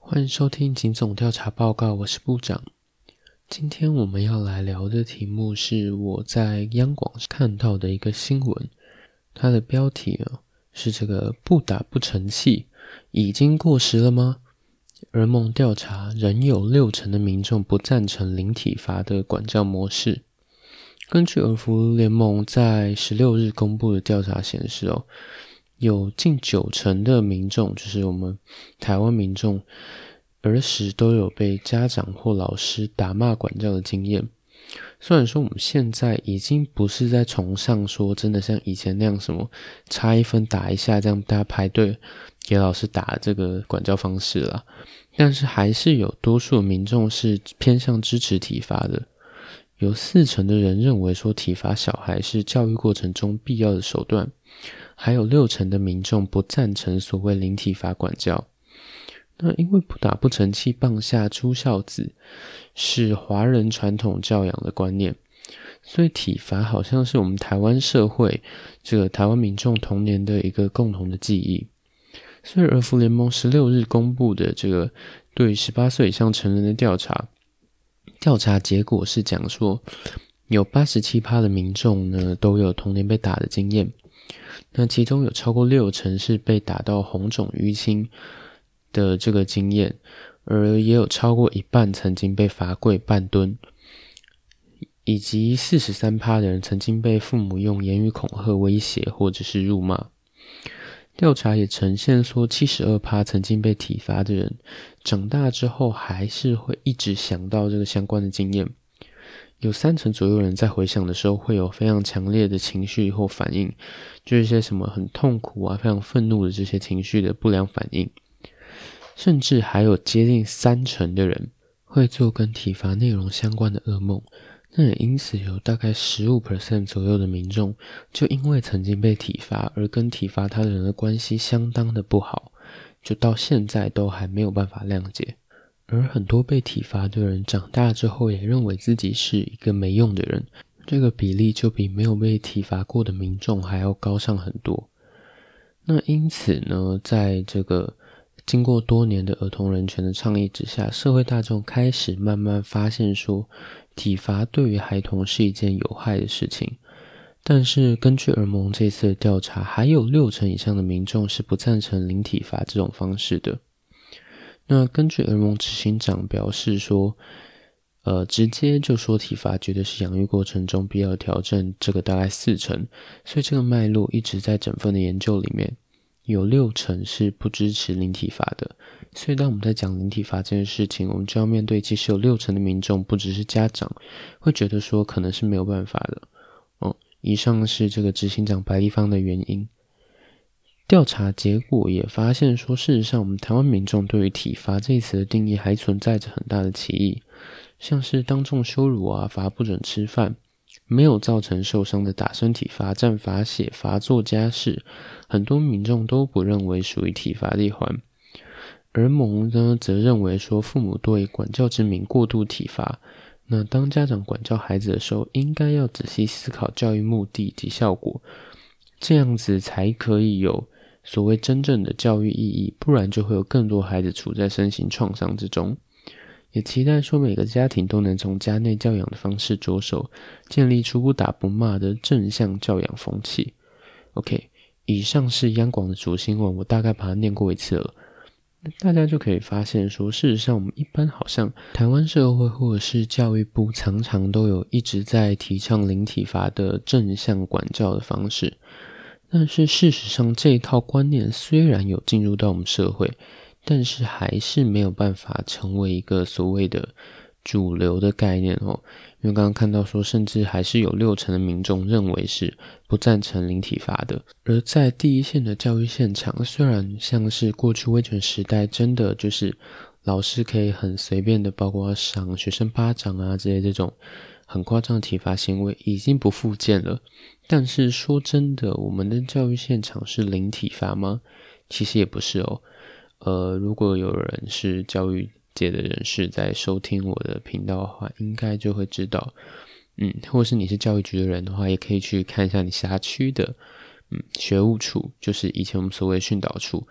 欢迎收听警总调查报告，我是部长。今天我们要来聊的题目是我在央广看到的一个新闻，它的标题是这个不打不成器，已经过时了吗？儿盟调查仍有60%的民众不赞成零体罚的管教模式。根据儿福联盟在16日公布的调查显示有近90%的民众，就是我们台湾民众儿时都有被家长或老师打骂管教的经验。虽然说我们现在已经不是在崇尚说真的像以前那样什么差1分打一下这样大家排队给老师打这个管教方式啦，但是还是有多数的民众是偏向支持体罚的。有40%的人认为说体罚小孩是教育过程中必要的手段，还有60%的民众不赞成所谓零体罚管教。那因为不打不成器，棒下出孝子是华人传统教养的观念，所以体罚好像是我们台湾社会这个台湾民众童年的一个共同的记忆。所以儿福联盟16日公布的这个对18岁以上成人的调查结果是讲说，有 87% 的民众呢都有童年被打的经验，那其中有超过60%是被打到红肿淤青的这个经验，而也有超过一半曾经被罚跪半蹲，以及 43% 的人曾经被父母用言语恐吓威胁或者是辱骂。调查也呈现说 72% 曾经被体罚的人长大之后还是会一直想到这个相关的经验，有30%左右人在回想的时候会有非常强烈的情绪或反应，就是一些什么很痛苦啊非常愤怒的这些情绪的不良反应，甚至还有接近30%的人会做跟体罚内容相关的噩梦。那也因此有大概 15% 左右的民众就因为曾经被体罚而跟体罚他的人的关系相当的不好，就到现在都还没有办法谅解。而很多被体罚的人长大之后也认为自己是一个没用的人，这个比例就比没有被体罚过的民众还要高上很多。那因此呢，在这个经过多年的儿童人权的倡议之下，社会大众开始慢慢发现说体罚对于孩童是一件有害的事情。但是根据儿盟这次的调查，还有60%以上的民众是不赞成零体罚这种方式的。那根据儿盟执行长表示说直接就说体罚绝对是养育过程中必要的调整，这个大概40%，所以这个脉络一直在整份的研究里面，有60%是不支持零体罚的。所以当我们在讲零体罚这件事情，我们就要面对其实有60%的民众，不只是家长，会觉得说可能是没有办法的。以上是这个执行长白立方的原因。调查结果也发现说，事实上我们台湾民众对于体罚这一词的定义还存在着很大的歧义，像是当众羞辱啊、罚不准吃饭、没有造成受伤的打身体罚站罚写、罚做家事，很多民众都不认为属于体罚的一环。儿盟呢，则认为说父母对管教之名过度体罚，那当家长管教孩子的时候，应该要仔细思考教育目的及效果，这样子才可以有所谓真正的教育意义，不然就会有更多孩子处在身心创伤之中。也期待说每个家庭都能从家内教养的方式着手，建立出不打不骂的正向教养风气。OK， 以上是央广的主新闻，我大概把它念过一次了。大家就可以发现说，事实上我们一般好像台湾社会或者是教育部常常都有一直在提倡零体罚的正向管教的方式，但是事实上这一套观念虽然有进入到我们社会，但是还是没有办法成为一个所谓的主流的概念因为刚刚看到说甚至还是有60%的民众认为是不赞成零体罚的。而在第一线的教育现场，虽然像是过去威权时代真的就是老师可以很随便的包括赏学生巴掌啊之类这种很夸张的体罚行为已经不复见了，但是说真的，我们的教育现场是零体罚吗？其实也不是如果有人是教育界的人士在收听我的频道的话，应该就会知道或是你是教育局的人的话，也可以去看一下你辖区的学务处，就是以前我们所谓训导处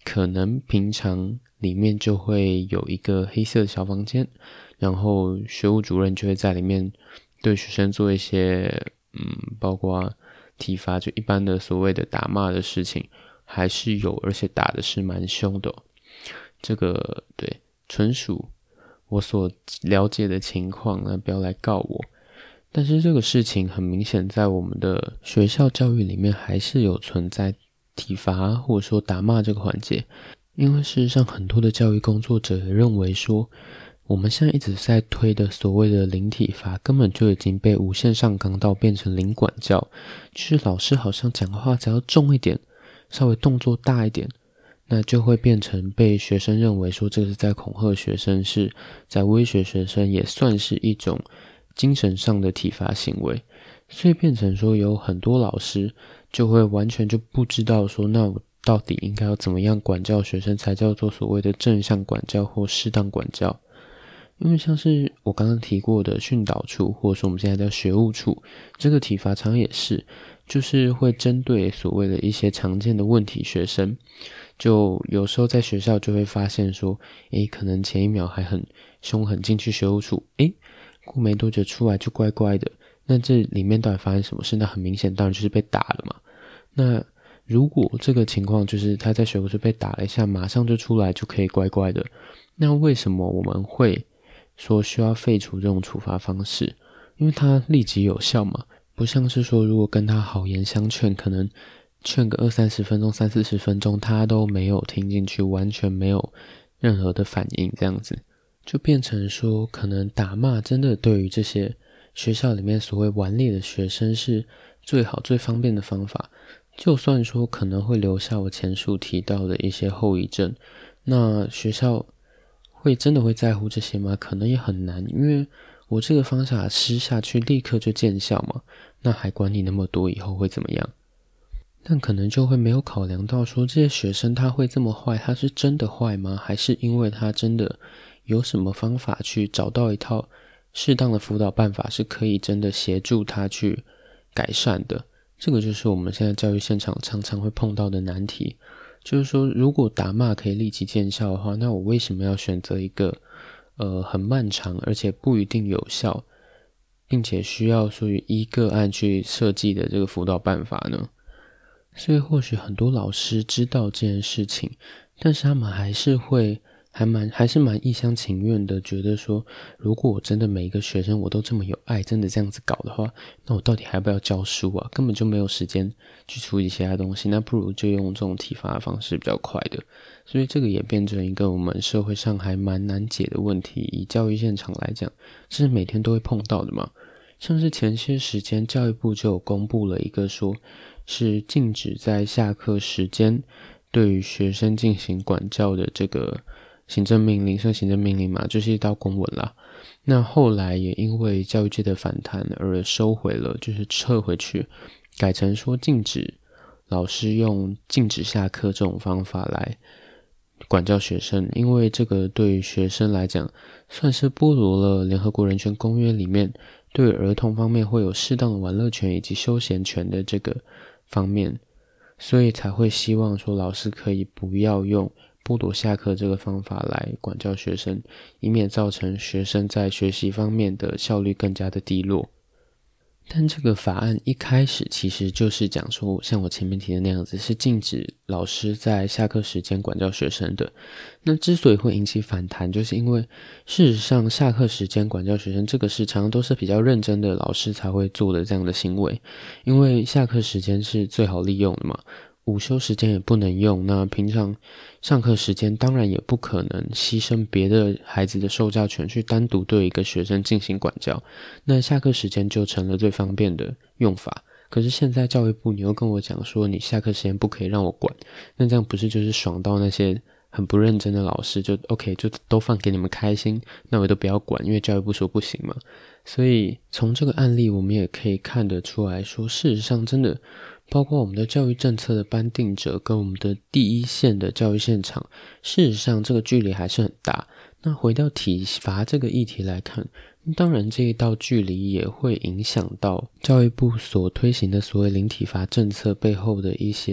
可能平常里面就会有一个黑色的小房间，然后学务主任就会在里面对学生做一些包括体罚，就一般的所谓的打骂的事情还是有，而且打的是蛮凶的这个对，纯属我所了解的情况，那不要来告我。但是这个事情很明显在我们的学校教育里面还是有存在体罚或者说打骂这个环节，因为事实上很多的教育工作者认为说，我们现在一直在推的所谓的零体罚根本就已经被无限上纲到变成零管教，就是老师好像讲话只要重一点，稍微动作大一点，那就会变成被学生认为说这个是在恐吓学生，是在威胁学生，也算是一种精神上的体罚行为。所以变成说有很多老师就会完全就不知道说，那我到底应该要怎么样管教学生才叫做所谓的正向管教或适当管教。因为像是我刚刚提过的训导处，或者说我们现在叫学务处，这个体罚常也是就是会针对所谓的一些常见的问题学生，就有时候在学校就会发现说，可能前一秒还很凶狠进去学务处，过没多久出来就乖乖的，那这里面到底发生什么事？那很明显当然就是被打了嘛。那如果这个情况就是他在学务处被打了一下，马上就出来就可以乖乖的，那为什么我们会说需要废除这种处罚方式？因为它立即有效嘛，不像是说如果跟他好言相劝，可能劝个20-30分钟、30-40分钟他都没有听进去，完全没有任何的反应，这样子就变成说可能打骂真的对于这些学校里面所谓顽劣的学生是最好最方便的方法，就算说可能会留下我前述提到的一些后遗症，那学校真的会在乎这些吗？可能也很难，因为我这个方法施下去立刻就见效嘛，那还管你那么多以后会怎么样？但可能就会没有考量到说这些学生他会这么坏，他是真的坏吗？还是因为他真的有什么方法去找到一套适当的辅导办法是可以真的协助他去改善的？这个就是我们现在教育现场常常会碰到的难题，就是说如果打骂可以立即见效的话，那我为什么要选择一个很漫长而且不一定有效，并且需要属于依个案去设计的这个辅导办法呢？所以或许很多老师知道这件事情，但是他们还是蛮一厢情愿的，觉得说如果我真的每一个学生我都这么有爱，真的这样子搞的话，那我到底还要不要教书啊？根本就没有时间去处理其他东西，那不如就用这种体罚的方式比较快的。所以这个也变成一个我们社会上还蛮难解的问题，以教育现场来讲，这是每天都会碰到的嘛。像是前些时间教育部就有公布了一个说是禁止在下课时间对于学生进行管教的这个行政命令，算行政命令嘛，就是一道公文啦。那后来也因为教育界的反弹而收回了，就是撤回去，改成说禁止老师用禁止下课这种方法来管教学生，因为这个对于学生来讲算是剥夺了联合国人权公约里面对儿童方面会有适当的玩乐权以及休闲权的这个方面，所以才会希望说老师可以不要用剥夺下课这个方法来管教学生，以免造成学生在学习方面的效率更加的低落。但这个法案一开始其实就是讲说，像我前面提的那样子，是禁止老师在下课时间管教学生的。那之所以会引起反弹，就是因为事实上下课时间管教学生这个事常常都是比较认真的老师才会做的这样的行为，因为下课时间是最好利用的嘛，午休时间也不能用，那平常上课时间当然也不可能牺牲别的孩子的受教权去单独对一个学生进行管教，那下课时间就成了最方便的用法。可是现在教育部你又跟我讲说你下课时间不可以让我管，那这样不是就是爽到那些很不认真的老师就 OK 就都放给你们开心，那我都不要管，因为教育部说不行嘛。所以从这个案例我们也可以看得出来说，事实上真的包括我们的教育政策的颁定者跟我们的第一线的教育现场，事实上这个距离还是很大。那回到体罚这个议题来看，当然这一道距离也会影响到教育部所推行的所谓零体罚政策背后的一些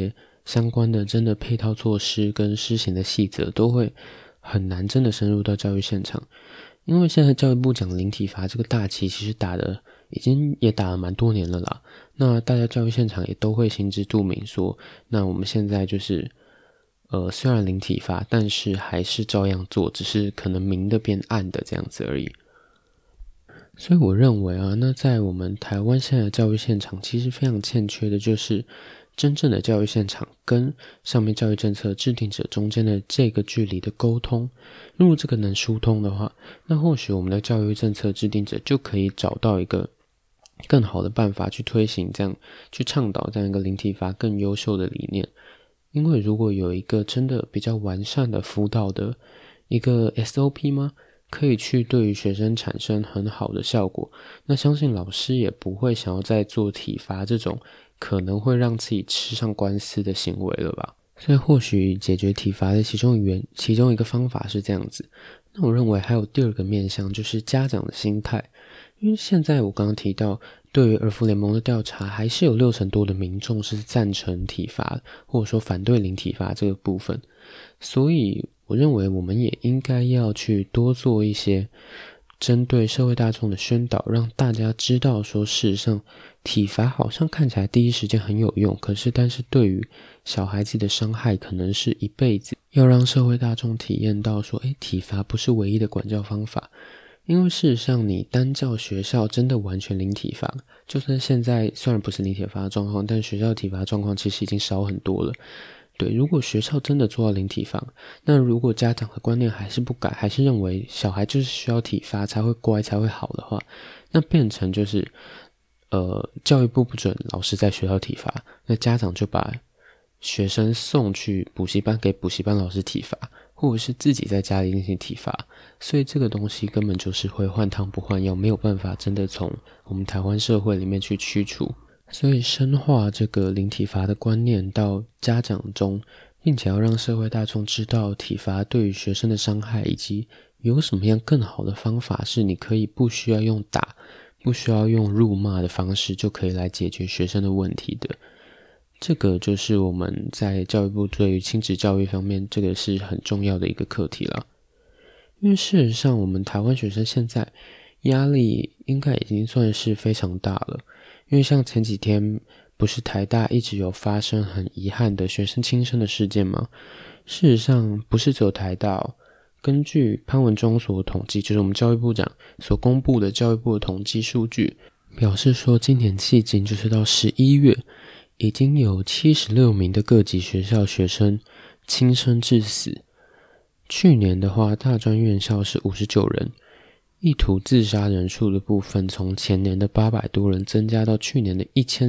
相关的真的配套措施跟施行的细则都会很难真的深入到教育现场。因为现在教育部讲零体罚这个大旗其实也打了蛮多年了啦，那大家教育现场也都会心知肚明说，那我们现在就是虽然零体罚，但是还是照样做，只是可能明的变暗的这样子而已。所以我认为啊，那在我们台湾现在的教育现场其实非常欠缺的就是真正的教育现场跟上面教育政策制定者中间的这个距离的沟通。如果这个能疏通的话，那或许我们的教育政策制定者就可以找到一个更好的办法去推行去倡导这样一个零体罚更优秀的理念。因为如果有一个真的比较完善的辅导的一个 SOP 吗，可以去对于学生产生很好的效果，那相信老师也不会想要再做体罚这种可能会让自己吃上官司的行为了吧。所以或许解决体罚的其中一个方法是这样子。那我认为还有第二个面向，就是家长的心态。因为现在我刚刚提到，对于儿福联盟的调查，还是有60%多的民众是赞成体罚，或者说反对零体罚这个部分。所以我认为我们也应该要去多做一些针对社会大众的宣导，让大家知道说，事实上体罚好像看起来第一时间很有用，但是对于小孩子的伤害可能是一辈子。要让社会大众体验到说，体罚不是唯一的管教方法。因为事实上你单教学校真的完全零体罚，就算现在虽然不是零体罚的状况，但学校体罚状况其实已经少很多了。对，如果学校真的做到零体罚，那如果家长的观念还是不改，还是认为小孩就是需要体罚才会乖才会好的话，那变成就是教育部不准老师在学校体罚，那家长就把学生送去补习班给补习班老师体罚，或者是自己在家里进行体罚。所以这个东西根本就是会换汤不换药，没有办法真的从我们台湾社会里面去驱除。所以深化这个零体罚的观念到家长中，并且要让社会大众知道体罚对于学生的伤害，以及有什么样更好的方法是你可以不需要用打，不需要用辱骂的方式就可以来解决学生的问题的。这个就是我们在教育部对于亲子教育方面，这个是很重要的一个课题了。因为事实上我们台湾学生现在压力应该已经算是非常大了。因为像前几天不是台大一直有发生很遗憾的学生轻生的事件吗？事实上不是只有台大哦，根据潘文忠所统计，就是我们教育部长所公布的教育部的统计数据，表示说今年迄今就是到11月，已经有76名的各级学校学生轻生致死。去年的话，大专院校是59人，意图自杀人数的部分从前年的800多人增加到去年的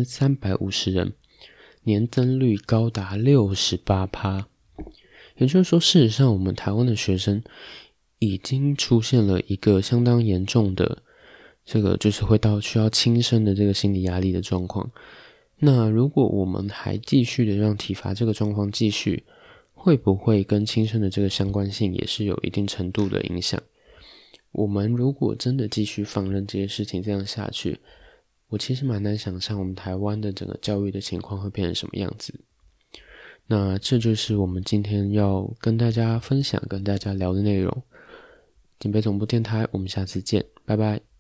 1350人，年增率高达 68%。 也就是说，事实上我们台湾的学生已经出现了一个相当严重的这个就是会到需要轻生的这个心理压力的状况。那如果我们还继续的让体罚这个状况继续，会不会跟轻生的这个相关性也是有一定程度的影响？我们如果真的继续放任这些事情这样下去，我其实蛮难想象我们台湾的整个教育的情况会变成什么样子。那这就是我们今天要跟大家分享跟大家聊的内容。警备总部电台，我们下次见，拜拜。